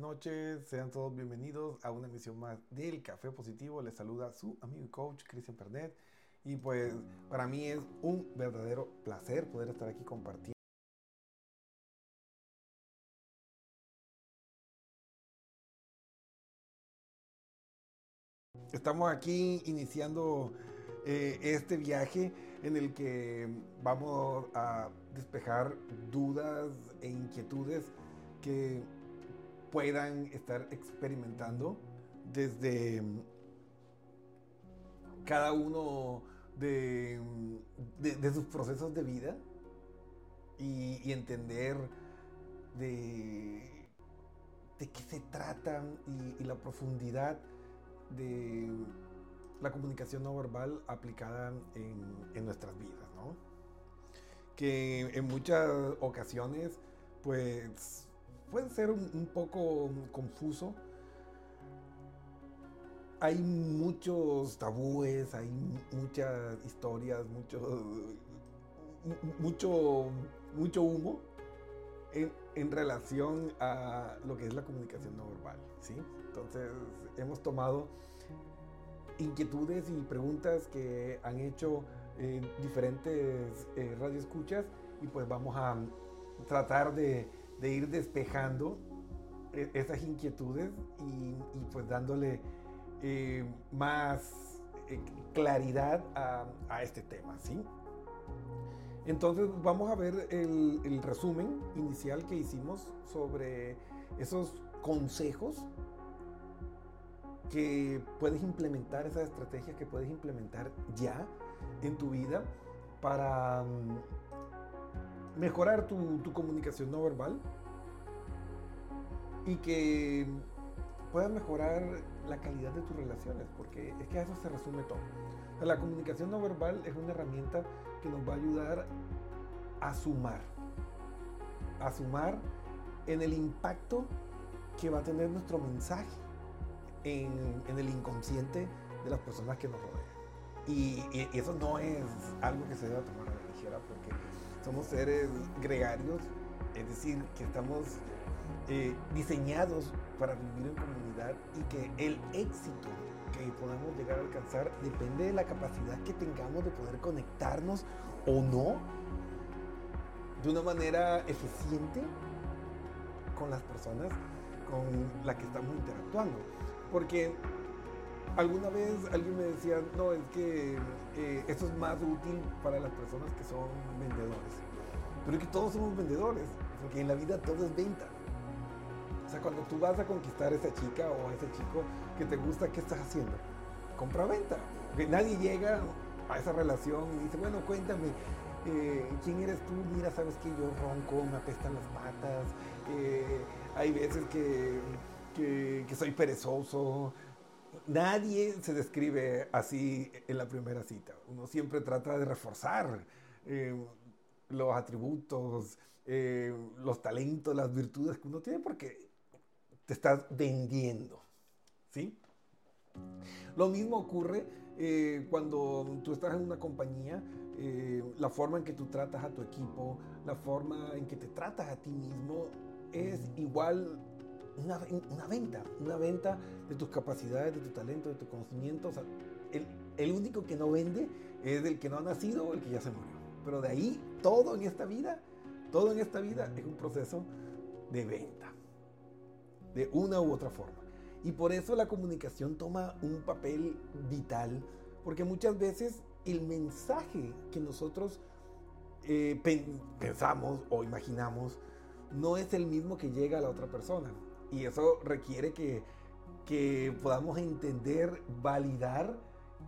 noches, sean todos bienvenidos a una emisión más del Café Positivo. Les saluda su amigo y coach Cristian Pernet. Y pues para mí es un verdadero placer poder estar aquí compartiendo. Estamos aquí iniciando este viaje en el que vamos a despejar dudas e inquietudes que puedan estar experimentando desde cada uno de sus procesos de vida y entender de, de qué se trata y la profundidad de la comunicación no verbal aplicada en nuestras vidas, ¿no? Que en muchas ocasiones pues puede ser un poco confuso. Hay muchos tabúes, hay muchas historias, mucho humo en relación a lo que es la comunicación no verbal, ¿sí? Entonces hemos tomado inquietudes y preguntas que han hecho diferentes radioescuchas y pues vamos a tratar de ir despejando esas inquietudes y pues dándole más claridad a este tema, ¿sí? Entonces vamos a ver el resumen inicial que hicimos sobre esos consejos que puedes implementar, esas estrategias que puedes implementar ya en tu vida para mejorar tu comunicación no verbal y que puedas mejorar la calidad de tus relaciones, porque es que a eso se resume todo. O sea, la comunicación no verbal es una herramienta que nos va a ayudar a sumar en el impacto que va a tener nuestro mensaje en el inconsciente de las personas que nos rodean. Y eso no es algo que se deba tomar a la ligera, porque somos seres gregarios, es decir, que estamos diseñados para vivir en comunidad y que el éxito que podamos llegar a alcanzar depende de la capacidad que tengamos de poder conectarnos o no de una manera eficiente con las personas con las que estamos interactuando. Porque alguna vez alguien me decía, no, es que esto es más útil para las personas que son vendedores. Pero es que todos somos vendedores, porque en la vida todo es venta. O sea, cuando tú vas a conquistar a esa chica o a ese chico que te gusta, ¿qué estás haciendo? Compra-venta. Porque nadie llega a esa relación y dice, bueno, cuéntame, ¿quién eres tú? Mira, sabes que yo ronco, me apestan las patas, hay veces que soy perezoso. Nadie se describe así en la primera cita. Uno siempre trata de reforzar los atributos, los talentos, las virtudes que uno tiene, porque te estás vendiendo, ¿sí? Lo mismo ocurre cuando tú estás en una compañía, la forma en que tú tratas a tu equipo, la forma en que te tratas a ti mismo es igual una venta de tus capacidades, de tu talento, de tu conocimiento. O sea, el único que no vende es el que no ha nacido o el que ya se murió. Pero de ahí, todo en esta vida es un proceso de venta, de una u otra forma. Y por eso la comunicación toma un papel vital, porque muchas veces el mensaje que nosotros pensamos o imaginamos no es el mismo que llega a la otra persona. Y eso requiere que podamos entender, validar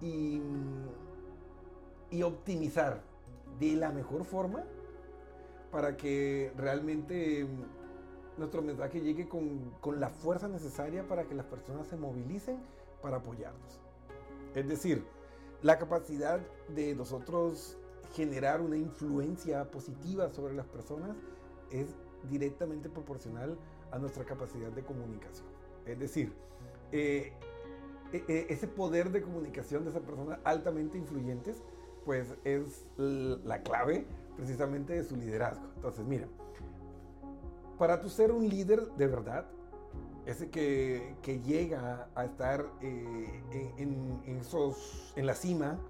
y optimizar de la mejor forma para que realmente nuestro mensaje llegue con la fuerza necesaria para que las personas se movilicen para apoyarnos. Es decir, la capacidad de nosotros generar una influencia positiva sobre las personas es directamente proporcional a nuestra capacidad de comunicación. Es decir, ese poder de comunicación de esas personas altamente influyentes, pues es la clave precisamente de su liderazgo. Entonces, mira, para tú ser un líder de verdad, ese que llega a estar en la cima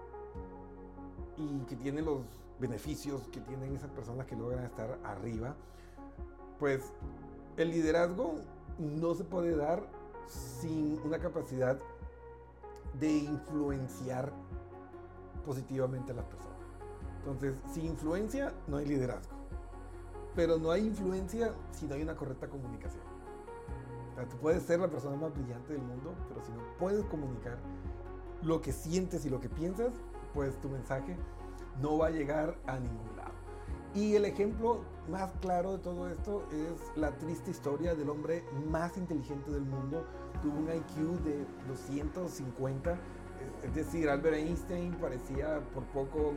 y que tiene los beneficios que tienen esas personas que logran estar arriba, pues el liderazgo no se puede dar sin una capacidad de influenciar positivamente a las personas. Entonces, sin influencia no hay liderazgo, pero no hay influencia si no hay una correcta comunicación. O sea, tú puedes ser la persona más brillante del mundo, pero si no puedes comunicar lo que sientes y lo que piensas, pues tu mensaje no va a llegar a ningún lado. Y el ejemplo más claro de todo esto es la triste historia del hombre más inteligente del mundo. Tuvo un IQ de 250, es decir, Albert Einstein parecía por poco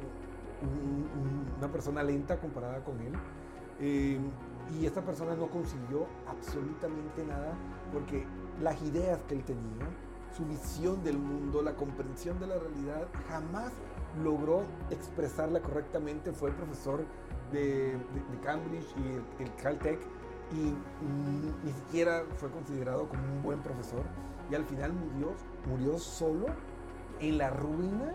una persona lenta comparada con él. Y esta persona no consiguió absolutamente nada porque las ideas que él tenía, su visión del mundo, la comprensión de la realidad, jamás logró expresarla correctamente. Fue profesor de Cambridge y el Caltech y ni siquiera fue considerado como un buen profesor, y al final murió solo en la ruina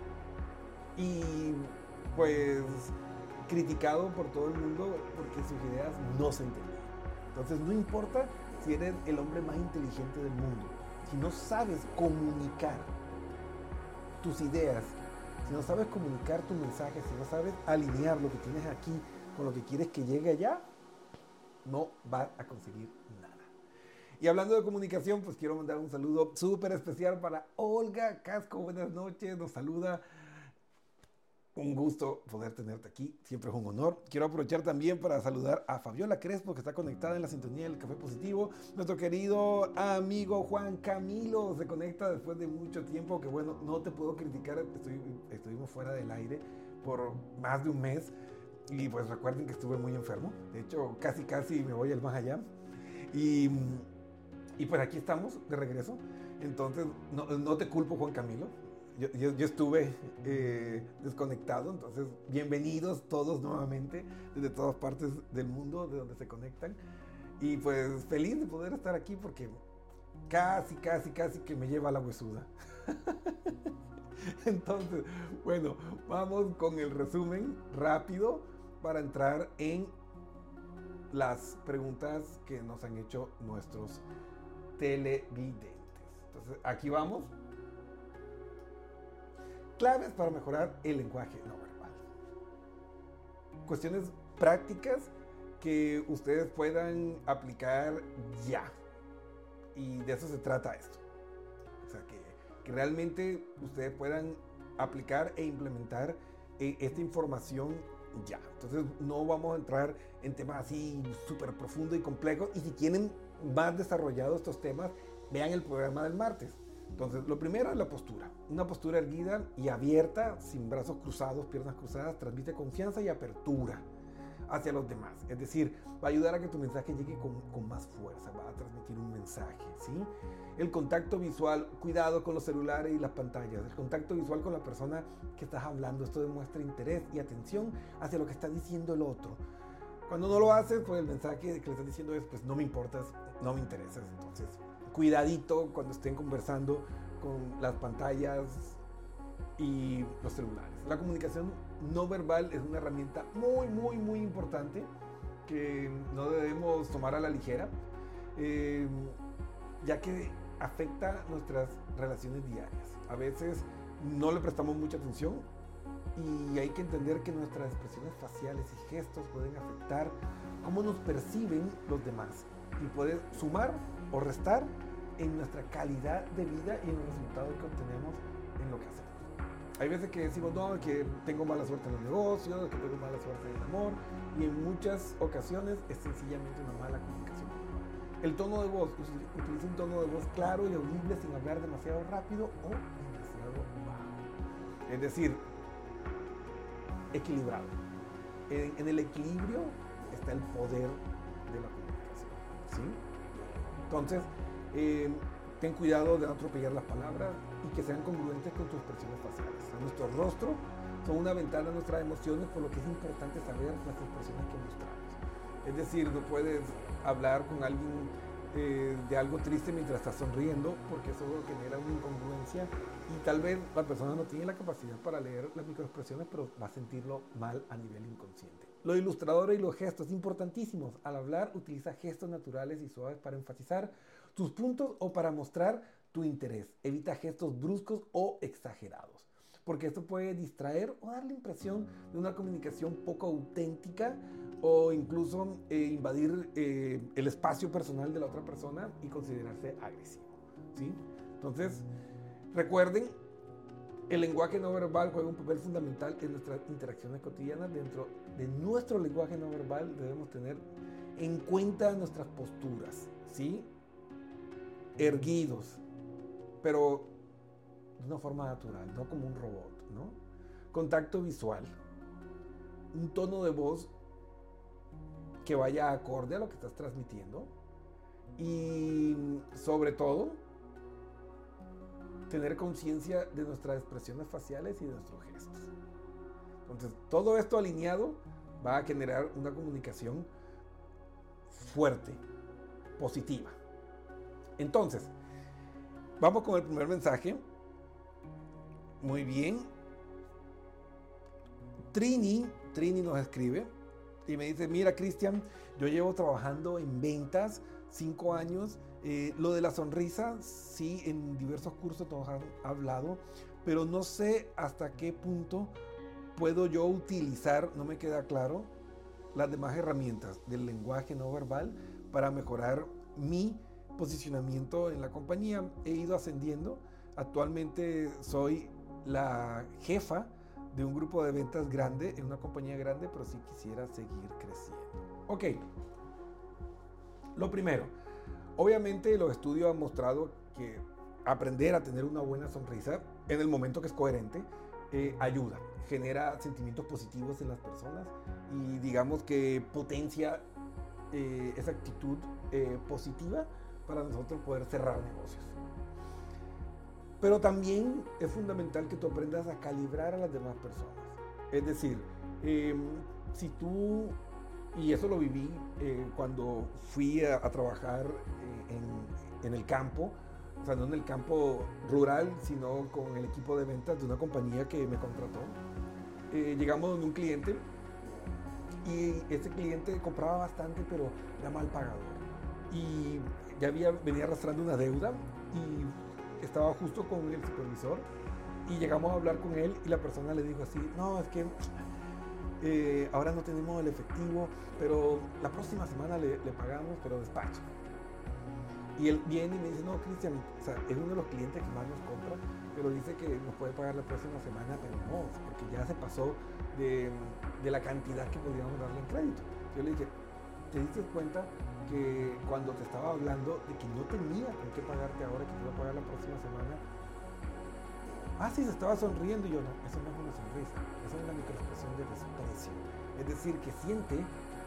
y pues criticado por todo el mundo porque sus ideas no se entendían. Entonces no importa si eres el hombre más inteligente del mundo, si no sabes comunicar tus ideas, si no sabes comunicar tu mensaje, si no sabes alinear lo que tienes aquí con lo que quieres que llegue allá, no vas a conseguir nada. Y hablando de comunicación, pues quiero mandar un saludo súper especial para Olga Casco. Buenas noches, nos saluda. Un gusto poder tenerte aquí, siempre es un honor. Quiero aprovechar también para saludar a Fabiola Crespo, que está conectada en la sintonía del Café Positivo. Nuestro querido amigo Juan Camilo se conecta después de mucho tiempo, que bueno, no te puedo criticar, estuvimos fuera del aire por más de un mes. Y pues recuerden que estuve muy enfermo, de hecho casi me voy al más allá. Y pues aquí estamos de regreso, entonces no te culpo, Juan Camilo. Yo estuve desconectado, entonces bienvenidos todos nuevamente desde todas partes del mundo de donde se conectan, y pues feliz de poder estar aquí porque casi que me lleva la huesuda. Entonces, bueno, vamos con el resumen rápido para entrar en las preguntas que nos han hecho nuestros televidentes. Entonces, aquí vamos. Claves para mejorar el lenguaje no verbal. Cuestiones prácticas que ustedes puedan aplicar ya. Y de eso se trata esto. O sea, que realmente ustedes puedan aplicar e implementar esta información ya. Entonces no vamos a entrar en temas así súper profundos y complejos. Y si tienen más desarrollados estos temas, vean el programa del martes. Entonces, lo primero es la postura. Una postura erguida y abierta, sin brazos cruzados, piernas cruzadas, transmite confianza y apertura hacia los demás. Es decir, va a ayudar a que tu mensaje llegue con más fuerza, va a transmitir un mensaje, ¿sí? El contacto visual, cuidado con los celulares y las pantallas. El contacto visual con la persona que estás hablando, esto demuestra interés y atención hacia lo que está diciendo el otro. Cuando no lo haces, pues el mensaje que le estás diciendo es, pues no me importas, no me interesas. Entonces, cuidadito cuando estén conversando con las pantallas y los celulares. La comunicación no verbal es una herramienta muy importante que no debemos tomar a la ligera, ya que afecta nuestras relaciones diarias. A veces no le prestamos mucha atención y hay que entender que nuestras expresiones faciales y gestos pueden afectar cómo nos perciben los demás y puede sumar o restar en nuestra calidad de vida y en los resultados que obtenemos en lo que hacemos. Hay veces que decimos, no, que tengo mala suerte en los negocios, que tengo mala suerte en el amor, y en muchas ocasiones es sencillamente una mala comunicación. El tono de voz, utiliza un tono de voz claro y audible sin hablar demasiado rápido o demasiado bajo. Es decir, equilibrado. En el equilibrio está el poder de la comunicación, ¿sí? Entonces, ten cuidado de no atropellar las palabras y que sean congruentes con tus expresiones faciales. Nuestro rostro son una ventana a nuestras emociones, por lo que es importante saber las expresiones que mostramos. Es decir, no puedes hablar con alguien de algo triste mientras estás sonriendo, porque eso genera una incongruencia y tal vez la persona no tiene la capacidad para leer las microexpresiones, pero va a sentirlo mal a nivel inconsciente. Los ilustradores y los gestos importantísimos. Al hablar, utiliza gestos naturales y suaves para enfatizar tus puntos o para mostrar tu interés. Evita gestos bruscos o exagerados, porque esto puede distraer o dar la impresión de una comunicación poco auténtica o incluso invadir el espacio personal de la otra persona y considerarse agresivo, ¿sí? Entonces, recuerden, el lenguaje no verbal juega un papel fundamental en nuestras interacciones cotidianas. Dentro de nuestro lenguaje no verbal debemos tener en cuenta nuestras posturas, ¿sí? Erguidos, pero de una forma natural, no como un robot, ¿no? Contacto visual, un tono de voz que vaya acorde a lo que estás transmitiendo y sobre todo tener conciencia de nuestras expresiones faciales y de nuestros gestos. Entonces, todo esto alineado va a generar una comunicación fuerte, positiva. Entonces, vamos con el primer mensaje. Muy bien. Trini nos escribe y me dice, mira Cristian, yo llevo trabajando en ventas 5 años. Lo de la sonrisa, sí, en diversos cursos nos han hablado, pero no sé hasta qué punto puedo yo utilizar, no me queda claro, las demás herramientas del lenguaje no verbal para mejorar mi posicionamiento en la compañía. He ido ascendiendo. Actualmente soy la jefa de un grupo de ventas grande, en una compañía grande, pero sí quisiera seguir creciendo. Ok. Lo primero, obviamente los estudios han mostrado que aprender a tener una buena sonrisa en el momento que es coherente ayuda, genera sentimientos positivos en las personas y digamos que potencia esa actitud positiva para nosotros poder cerrar negocios. Pero también es fundamental que tú aprendas a calibrar a las demás personas. Es decir, si tú, y eso lo viví cuando fui a trabajar en el campo, o sea, no en el campo rural, sino con el equipo de ventas de una compañía que me contrató. Llegamos donde un cliente y ese cliente compraba bastante, pero era mal pagador. Y ya venía arrastrando una deuda y estaba justo con el supervisor y llegamos a hablar con él y la persona le dijo así, no, es que ahora no tenemos el efectivo, pero la próxima semana le pagamos, pero despacho. Y él viene y me dice, no, Cristian, o sea, es uno de los clientes que más nos compra, pero dice que nos puede pagar la próxima semana, pero no, porque ya se pasó de la cantidad que podíamos darle en crédito. Yo le dije, ¿te diste cuenta que cuando te estaba hablando de que no tenía con qué pagarte ahora, que te iba a pagar la próxima semana? Ah, sí, se estaba sonriendo. Y yo, no, eso no es una sonrisa, eso es una microexpresión de desprecio. Es decir, que siente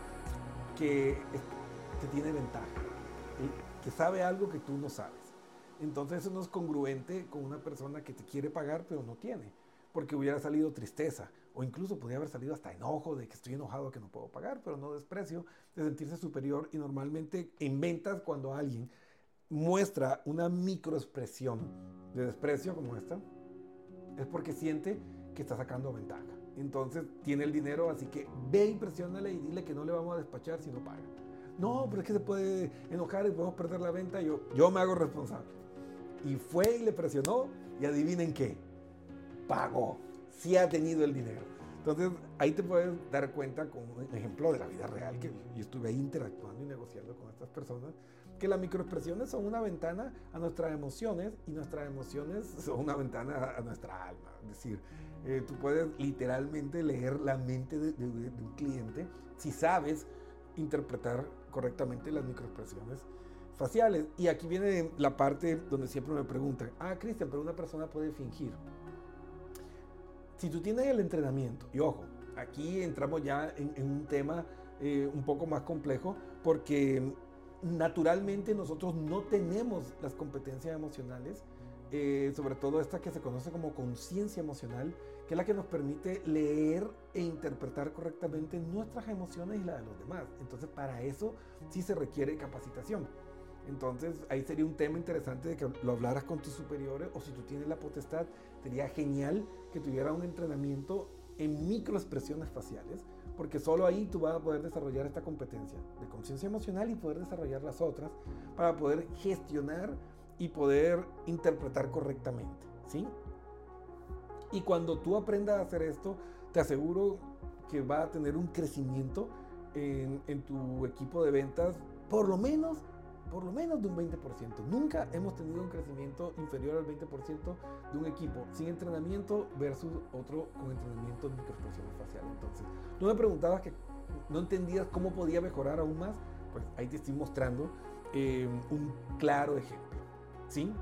que te tiene ventaja, que sabe algo que tú no sabes. Entonces eso no es congruente con una persona que te quiere pagar pero no tiene, porque hubiera salido tristeza o incluso podría haber salido hasta enojo de que estoy enojado que no puedo pagar, pero no desprecio, de sentirse superior. Y normalmente en ventas, cuando alguien muestra una microexpresión de desprecio como esta, es porque siente que está sacando ventaja. Entonces tiene el dinero, así que ve y presiónale y dile que no le vamos a despachar si no paga. No, pero es que se puede enojar y podemos perder la venta. Yo me hago responsable. Y fue y le presionó y adivinen qué, pagó, sí ha tenido el dinero. Entonces ahí te puedes dar cuenta con un ejemplo de la vida real, que yo estuve ahí interactuando y negociando con estas personas, que las microexpresiones son una ventana a nuestras emociones y nuestras emociones son una ventana a nuestra alma. Es decir, tú puedes literalmente leer la mente de un cliente si sabes interpretar correctamente las microexpresiones faciales. Y aquí viene la parte donde siempre me preguntan, Cristian, pero una persona puede fingir. Si tú tienes el entrenamiento, y ojo, aquí entramos ya en un tema un poco más complejo, porque naturalmente nosotros no tenemos las competencias emocionales, sobre todo esta que se conoce como conciencia emocional, que es la que nos permite leer e interpretar correctamente nuestras emociones y las de los demás. Entonces, para eso sí se requiere capacitación. Entonces, ahí sería un tema interesante de que lo hablaras con tus superiores, o si tú tienes la potestad, sería genial que tuviera un entrenamiento en microexpresiones faciales, porque solo ahí tú vas a poder desarrollar esta competencia de conciencia emocional y poder desarrollar las otras para poder gestionar y poder interpretar correctamente, ¿sí? Y cuando tú aprendas a hacer esto, te aseguro que va a tener un crecimiento en tu equipo de ventas, por lo menos de un 20%. Nunca hemos tenido un crecimiento inferior al 20% de un equipo sin entrenamiento versus otro con entrenamiento en microexpresiones faciales. Entonces, tú me preguntabas que no entendías cómo podía mejorar aún más. Pues ahí te estoy mostrando un claro ejemplo, ¿sí?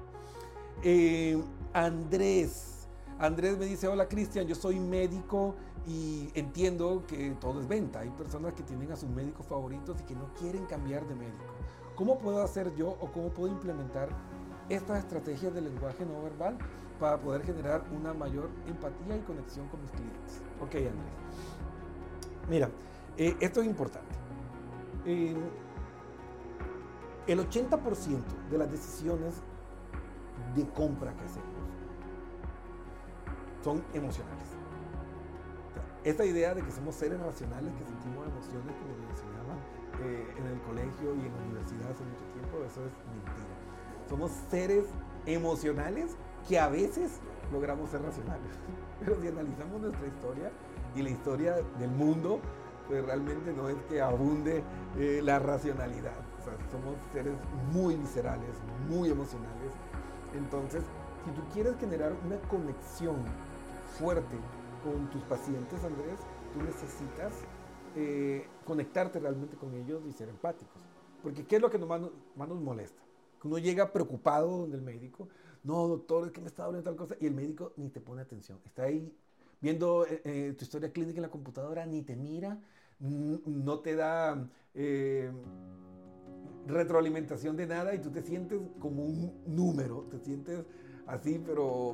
Andrés me dice: hola Cristian, yo soy médico y entiendo que todo es venta. Hay personas que tienen a sus médicos favoritos y que no quieren cambiar de médico. ¿Cómo puedo hacer yo o cómo puedo implementar estas estrategias de lenguaje no verbal para poder generar una mayor empatía y conexión con mis clientes? Ok, Andrés. Mira, esto es importante. El 80% de las decisiones de compra que hacemos son emocionales. Esta idea de que somos seres racionales que sentimos emociones, como lo enseñaban en el colegio y en la universidad hace mucho tiempo, eso es mentira. Somos seres emocionales que a veces logramos ser racionales. Pero si analizamos nuestra historia y la historia del mundo, pues realmente no es que abunde la racionalidad. O sea, somos seres muy viscerales, muy emocionales. Entonces, si tú quieres generar una conexión fuerte con tus pacientes, Andrés, tú necesitas conectarte realmente con ellos y ser empáticos. Porque ¿qué es lo que más nos molesta? Que uno llega preocupado donde el médico: no, doctor, es que me está doliendo tal cosa, y el médico ni te pone atención. Está ahí viendo tu historia clínica en la computadora, ni te mira, no te da retroalimentación de nada, y tú te sientes como un número, te sientes así, pero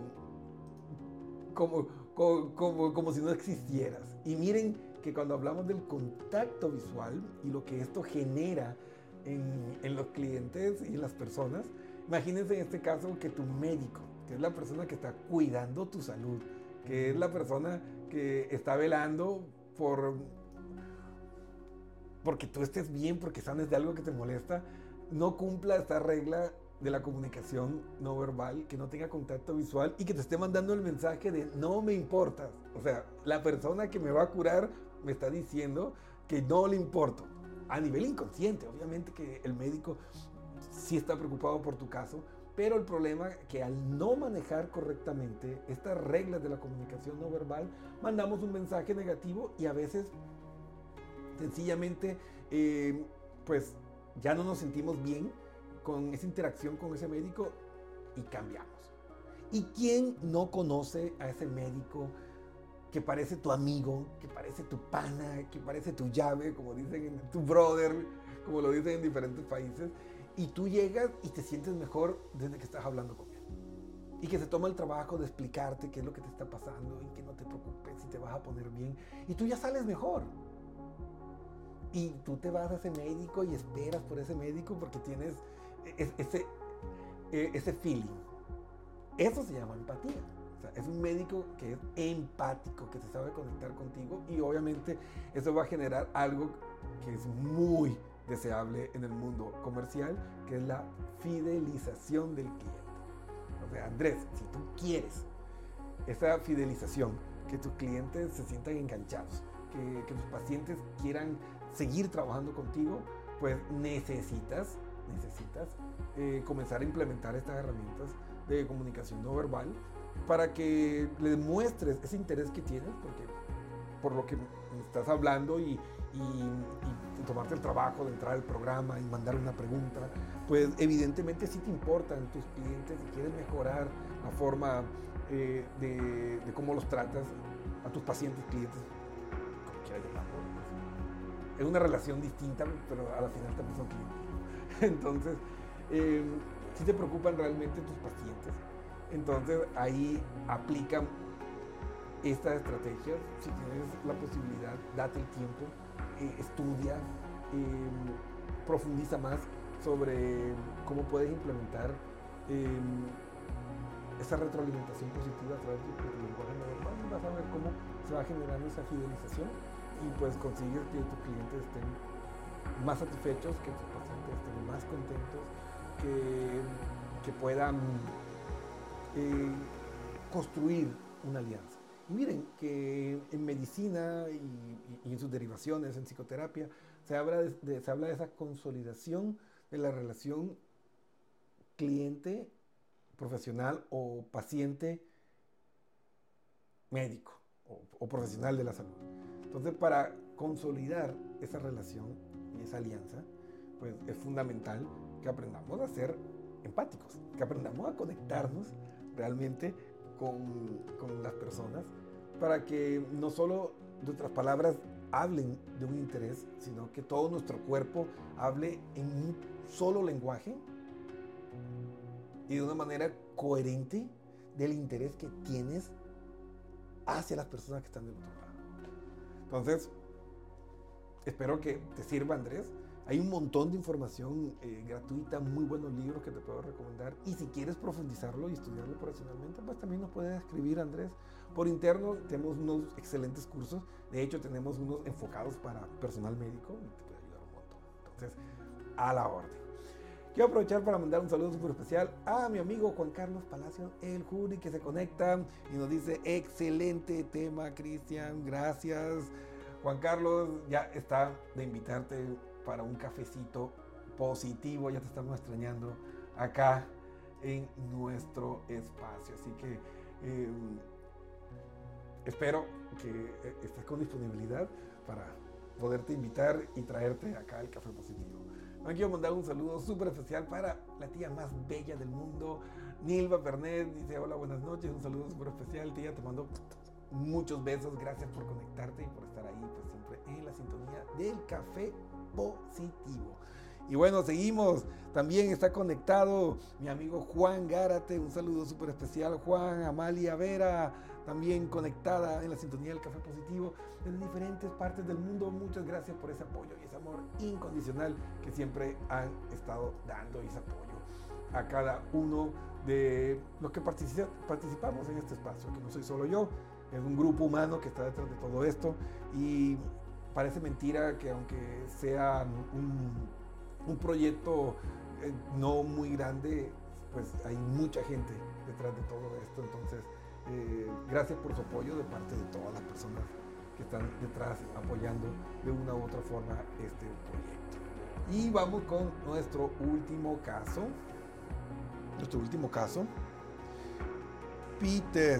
como si no existieras. Y miren que cuando hablamos del contacto visual y lo que esto genera en los clientes y en las personas, imagínense en este caso que tu médico, que es la persona que está cuidando tu salud, que es la persona que está velando porque tú estés bien, porque sanes de algo que te molesta, no cumpla esta regla de la comunicación no verbal, que no tenga contacto visual y que te esté mandando el mensaje de no me importas. O sea, la persona que me va a curar me está diciendo que no le importo. A nivel inconsciente, obviamente que el médico sí está preocupado por tu caso, pero el problema es que al no manejar correctamente estas reglas de la comunicación no verbal, mandamos un mensaje negativo y a veces sencillamente pues ya no nos sentimos bien con esa interacción con ese médico y cambiamos. ¿Y quién no conoce a ese médico que parece tu amigo, que parece tu pana, que parece tu llave, como dicen, tu brother, como lo dicen en diferentes países, y tú llegas y te sientes mejor desde que estás hablando con él? Y que se toma el trabajo de explicarte qué es lo que te está pasando y que no te preocupes y te vas a poner bien. Y tú ya sales mejor. Y tú te vas a ese médico y esperas por ese médico porque tienes ese feeling. Eso se llama empatía. O sea, es un médico que es empático, que se sabe conectar contigo, y obviamente eso va a generar algo que es muy deseable en el mundo comercial, que es la fidelización del cliente. O sea, Andrés, si tú quieres esa fidelización, que tus clientes se sientan enganchados, que tus pacientes quieran seguir trabajando contigo, pues necesitas comenzar a implementar estas herramientas de comunicación no verbal para que le demuestres ese interés que tienes, porque por lo que me estás hablando y tomarte el trabajo de entrar al programa y mandar una pregunta, pues evidentemente sí te importan tus clientes y quieres mejorar la forma de cómo los tratas a tus pacientes, clientes, como quieras llamarlo. Es una relación distinta, pero a la final también son clientes. Entonces, si te preocupan realmente tus pacientes, entonces ahí aplican estas estrategias. Si tienes la posibilidad, date el tiempo, estudia, profundiza más sobre cómo puedes implementar esa retroalimentación positiva a través de tu lenguaje no verbal, y vas a ver cómo se va generando esa fidelización y pues consigues que tus clientes estén más satisfechos, que tus pacientes estén más contentos, que puedan construir una alianza. Y miren que en medicina y en sus derivaciones, en psicoterapia, se habla de esa consolidación de la relación cliente profesional o paciente médico o profesional de la salud. Entonces, para consolidar esa relación y esa alianza, pues es fundamental que aprendamos a ser empáticos, que aprendamos a conectarnos realmente con las personas, para que no solo nuestras palabras hablen de un interés, sino que todo nuestro cuerpo hable en un solo lenguaje y de una manera coherente del interés que tienes hacia las personas que están del otro lado. Entonces, espero que te sirva, Andrés. Hay un montón de información gratuita, muy buenos libros que te puedo recomendar. Y si quieres profundizarlo y estudiarlo profesionalmente, pues también nos puedes escribir, Andrés. Por interno tenemos unos excelentes cursos. De hecho, tenemos unos enfocados para personal médico y te puede ayudar un montón. Entonces, a la orden. Quiero aprovechar para mandar un saludo súper especial a mi amigo Juan Carlos Palacio, el Juri, que se conecta y nos dice: excelente tema, Cristian, gracias. Juan Carlos ya está de invitarte para un cafecito positivo, ya te estamos extrañando acá en nuestro espacio. Así que espero que estés con disponibilidad para poderte invitar y traerte acá el café positivo. Me quiero mandar un saludo súper especial para la tía más bella del mundo, Nilva Pernet. Dice: hola, buenas noches, un saludo súper especial, tía, te mando muchos besos, gracias por conectarte y por estar ahí, pues siempre en la sintonía del café positivo. Y bueno, seguimos. También está conectado mi amigo Juan Gárate, un saludo súper especial, Juan. Amalia Vera, también conectada en la sintonía del café positivo desde diferentes partes del mundo. Muchas gracias por ese apoyo y ese amor incondicional que siempre han estado dando, y ese apoyo a cada uno de los que participamos en este espacio, que no soy solo yo, es un grupo humano que está detrás de todo esto. Y parece mentira que aunque sea un proyecto no muy grande, pues hay mucha gente detrás de todo esto. Entonces, gracias por su apoyo de parte de todas las personas que están detrás apoyando de una u otra forma este proyecto. Y vamos con nuestro último caso. Peter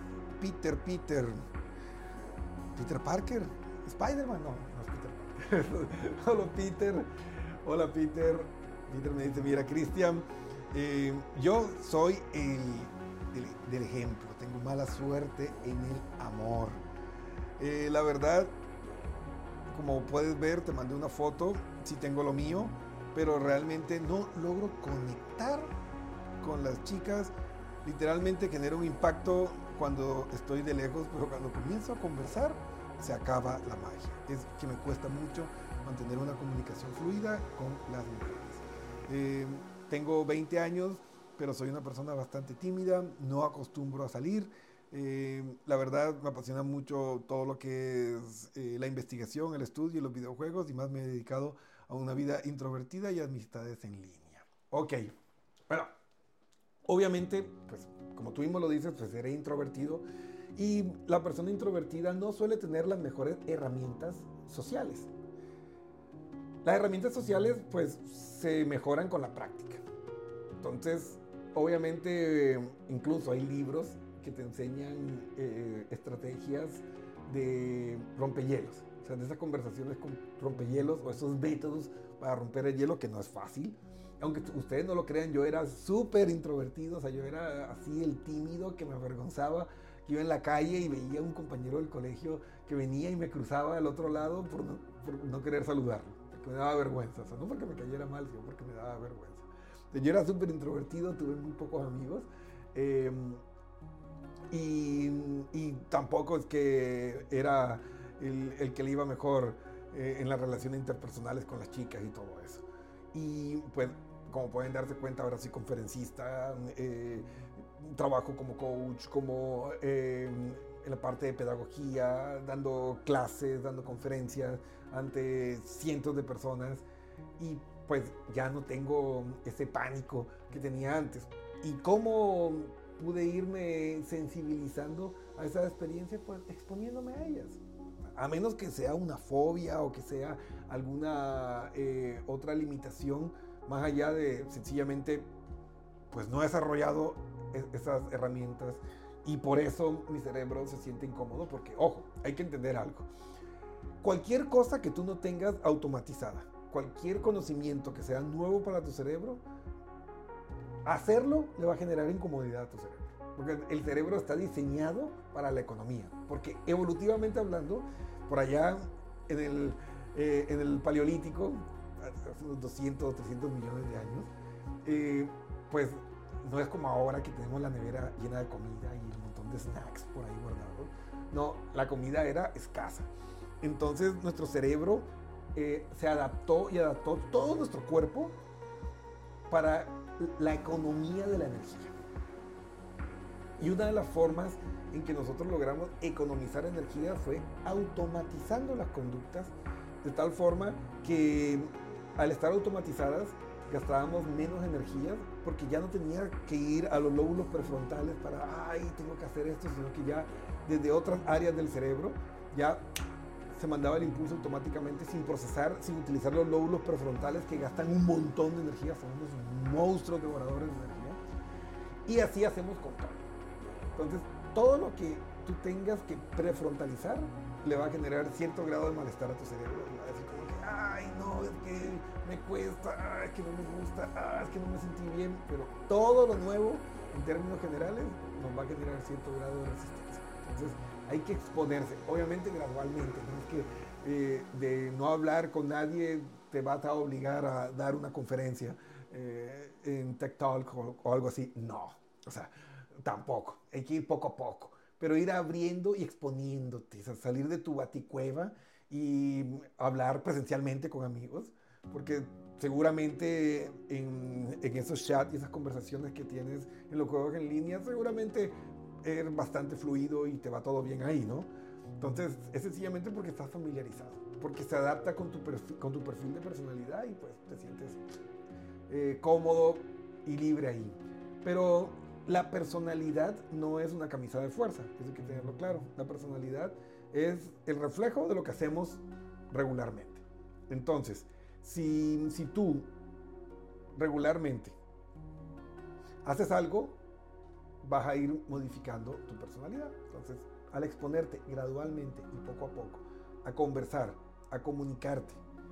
Parker, Spider-Man, no es Peter Parker. Hola Peter. Peter me dice: mira, Cristian, yo soy del ejemplo, tengo mala suerte en el amor. La verdad, como puedes ver, te mandé una foto, sí tengo lo mío, pero realmente no logro conectar con las chicas. Literalmente genera un impacto cuando estoy de lejos, pero cuando comienzo a conversar se acaba la magia. Es que me cuesta mucho mantener una comunicación fluida con las mujeres. Tengo 20 años, pero soy una persona bastante tímida, no acostumbro a salir. La verdad, me apasiona mucho todo lo que es la investigación, el estudio y los videojuegos, y más me he dedicado a una vida introvertida y amistades en línea. Ok, bueno, obviamente, pues como tú mismo lo dices, pues seré introvertido, y la persona introvertida no suele tener las mejores herramientas sociales. Las herramientas sociales pues se mejoran con la práctica. Entonces, obviamente, incluso hay libros que te enseñan estrategias de rompehielos. O sea, de esas conversaciones con rompehielos, o esos métodos para romper el hielo, que no es fácil. Aunque ustedes no lo crean, yo era súper introvertido. O sea, yo era así el tímido que me avergonzaba, que iba en la calle y veía a un compañero del colegio que venía y me cruzaba al otro lado por no querer saludarlo, porque me daba vergüenza. O sea, no porque me cayera mal, sino porque me daba vergüenza. Entonces, yo era súper introvertido, tuve muy pocos amigos. Y tampoco es que era el que le iba mejor en las relaciones interpersonales con las chicas y todo eso. Y pues, como pueden darse cuenta, ahora soy conferencista, trabajo como coach, como en la parte de pedagogía, dando clases, dando conferencias ante cientos de personas. Y pues ya no tengo ese pánico que tenía antes. ¿Y cómo pude irme sensibilizando a esas experiencias? Pues exponiéndome a ellas. A menos que sea una fobia o que sea alguna otra limitación, más allá de sencillamente, pues no he desarrollado esas herramientas y por eso mi cerebro se siente incómodo, porque, ojo, hay que entender algo. Cualquier cosa que tú no tengas automatizada, cualquier conocimiento que sea nuevo para tu cerebro, hacerlo le va a generar incomodidad a tu cerebro. Porque el cerebro está diseñado para la economía. Porque evolutivamente hablando, por allá en el Paleolítico, hace unos 200 o 300 millones de años, pues no es como ahora que tenemos la nevera llena de comida y un montón de snacks por ahí guardados. No, la comida era escasa. Entonces nuestro cerebro se adaptó y adaptó todo nuestro cuerpo para la economía de la energía. Y una de las formas en que nosotros logramos economizar energía fue automatizando las conductas de tal forma que al estar automatizadas gastábamos menos energía porque ya no tenía que ir a los lóbulos prefrontales para, tengo que hacer esto, sino que ya desde otras áreas del cerebro ya se mandaba el impulso automáticamente sin procesar, sin utilizar los lóbulos prefrontales que gastan un montón de energía, son unos monstruos devoradores de energía. Y así hacemos con todo. Entonces, todo lo que tú tengas que prefrontalizar le va a generar cierto grado de malestar a tu cerebro. Va a decir como que, no, es que me cuesta, es que no me gusta, es que no me sentí bien. Pero todo lo nuevo, en términos generales, nos va a generar cierto grado de resistencia. Entonces, hay que exponerse, obviamente gradualmente. No es que de no hablar con nadie te vas a obligar a dar una conferencia en Tech Talk o algo así. No, o sea, tampoco. Hay que ir poco a poco, pero ir abriendo y exponiéndote, o sea, salir de tu baticueva y hablar presencialmente con amigos, porque seguramente en esos chats y esas conversaciones que tienes en los juegos en línea, seguramente es bastante fluido y te va todo bien ahí, ¿no? Entonces, es sencillamente porque estás familiarizado, porque se adapta con tu perfil de personalidad y pues te sientes cómodo y libre ahí. Pero la personalidad no es una camisa de fuerza, eso hay que tenerlo claro. La personalidad es el reflejo de lo que hacemos regularmente. Entonces, si tú regularmente haces algo, vas a ir modificando tu personalidad. Entonces, al exponerte gradualmente y poco a poco a conversar, a comunicarte,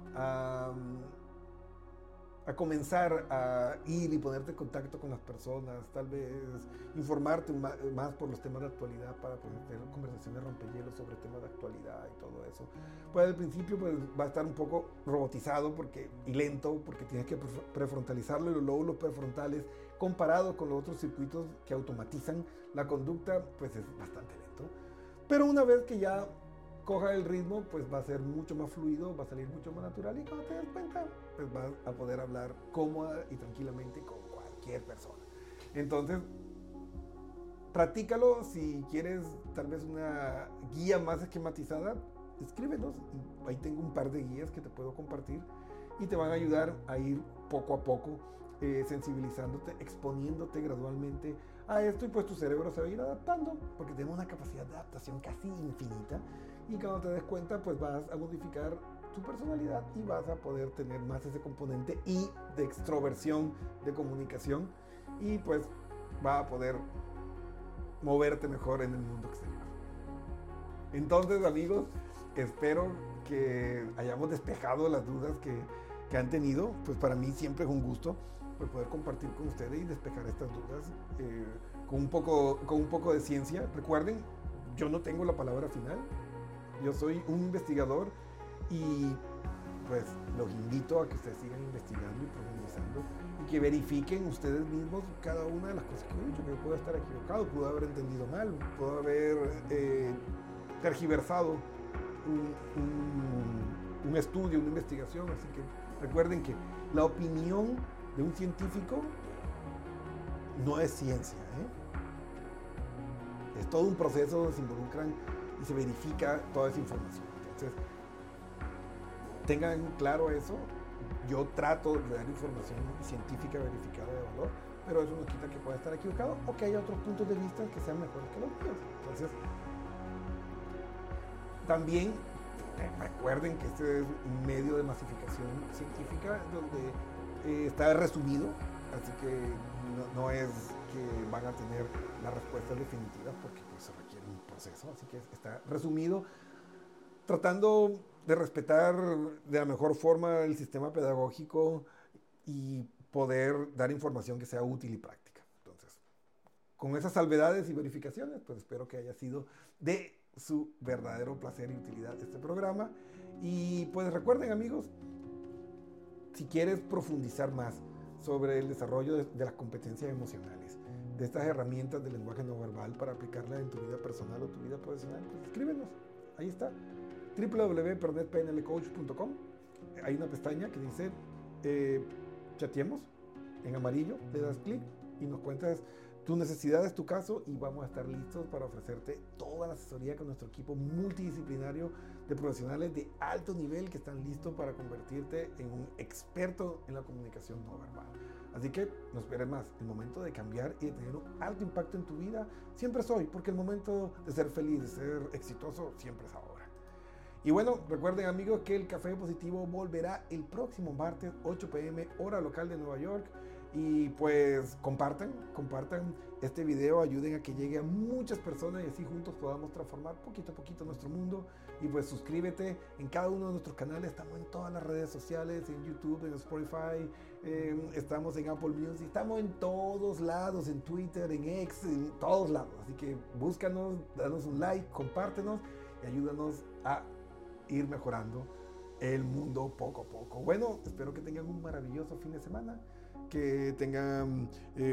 a comenzar a ir y ponerte en contacto con las personas, tal vez informarte más por los temas de actualidad para poder tener conversaciones rompehielos sobre temas de actualidad y todo eso. Pues al principio pues, va a estar un poco robotizado y lento porque tienes que prefrontalizarlo y los lóbulos prefrontales comparado con los otros circuitos que automatizan la conducta, pues es bastante lento. Pero una vez que ya coja el ritmo, pues va a ser mucho más fluido, va a salir mucho más natural y cuando te des cuenta, pues vas a poder hablar cómoda y tranquilamente con cualquier persona. Entonces, practícalo. Si quieres tal vez una guía más esquematizada, escríbenos. Ahí tengo un par de guías que te puedo compartir y te van a ayudar a ir poco a poco sensibilizándote, exponiéndote gradualmente a esto y pues tu cerebro se va a ir adaptando porque tenemos una capacidad de adaptación casi infinita y cuando te des cuenta pues vas a modificar tu personalidad y vas a poder tener más ese componente y de extroversión, de comunicación y pues va a poder moverte mejor en el mundo exterior. Entonces amigos, espero que hayamos despejado las dudas que han tenido. Pues para mí siempre es un gusto pues, poder compartir con ustedes y despejar estas dudas con un poco de ciencia. Recuerden, yo no tengo la palabra final, yo soy un investigador y pues los invito a que ustedes sigan investigando y profundizando y que verifiquen ustedes mismos cada una de las cosas que he dicho, que yo puedo estar equivocado, puedo haber entendido mal, puedo haber tergiversado un estudio, una investigación, así que Recuerden que la opinión de un científico no es ciencia, Es todo un proceso donde se involucran y se verifica toda esa información. Entonces, tengan claro eso. Yo trato de dar información científica verificada de valor, pero eso no quita que pueda estar equivocado o que haya otros puntos de vista que sean mejores que los míos. Entonces, también recuerden que este es un medio de masificación científica donde está resumido, así que no es que van a tener las respuestas definitivas porque pues, se requiere un proceso, así que está resumido, tratando de respetar de la mejor forma el sistema pedagógico y poder dar información que sea útil y práctica. Entonces, con esas salvedades y verificaciones, pues espero que haya sido de su verdadero placer y utilidad este programa. Y pues recuerden, amigos, si quieres profundizar más sobre el desarrollo de las competencias emocionales, de estas herramientas del lenguaje no verbal para aplicarlas en tu vida personal o tu vida profesional, pues escríbenos. Ahí está, www.pernetpnlcoach.com. Hay una pestaña que dice chateemos en amarillo, le das clic y nos cuentas tus necesidades, tu caso, y vamos a estar listos para ofrecerte toda la asesoría con nuestro equipo multidisciplinario de profesionales de alto nivel que están listos para convertirte en un experto en la comunicación no verbal. Así que no esperes más. El momento de cambiar y de tener un alto impacto en tu vida siempre es hoy, porque el momento de ser feliz, de ser exitoso, siempre es ahora. Y bueno, recuerden, amigos, que el Café Positivo volverá el próximo martes, 8 p.m. hora local de Nueva York. Y pues compartan este video, ayuden a que llegue a muchas personas y así juntos podamos transformar poquito a poquito nuestro mundo. Y pues suscríbete en cada uno de nuestros canales, estamos en todas las redes sociales, en YouTube, en Spotify, estamos en Apple Music, estamos en todos lados, en Twitter, en X, en todos lados. Así que búscanos, danos un like, compártenos y ayúdanos a ir mejorando el mundo poco a poco. Bueno, espero que tengan un maravilloso fin de semana, que tengan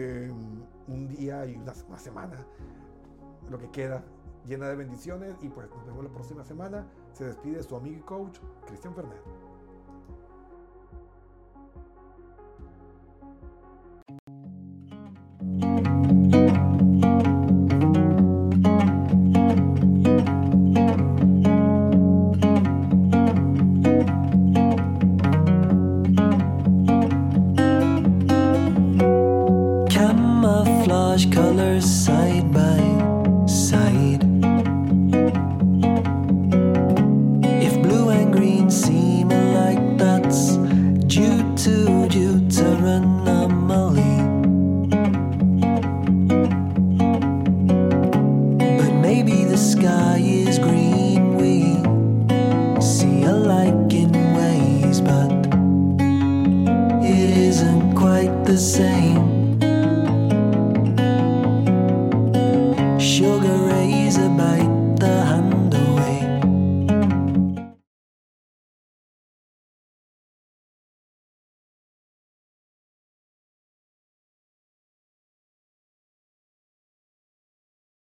un día y una semana, lo que queda, llena de bendiciones, y pues nos vemos la próxima semana. Se despide su amigo y coach, Cristian Fernández. Colors side by side. If blue and green seem alike, that's due to anomaly. But maybe the sky is green, we see alike in ways, but it isn't quite the same.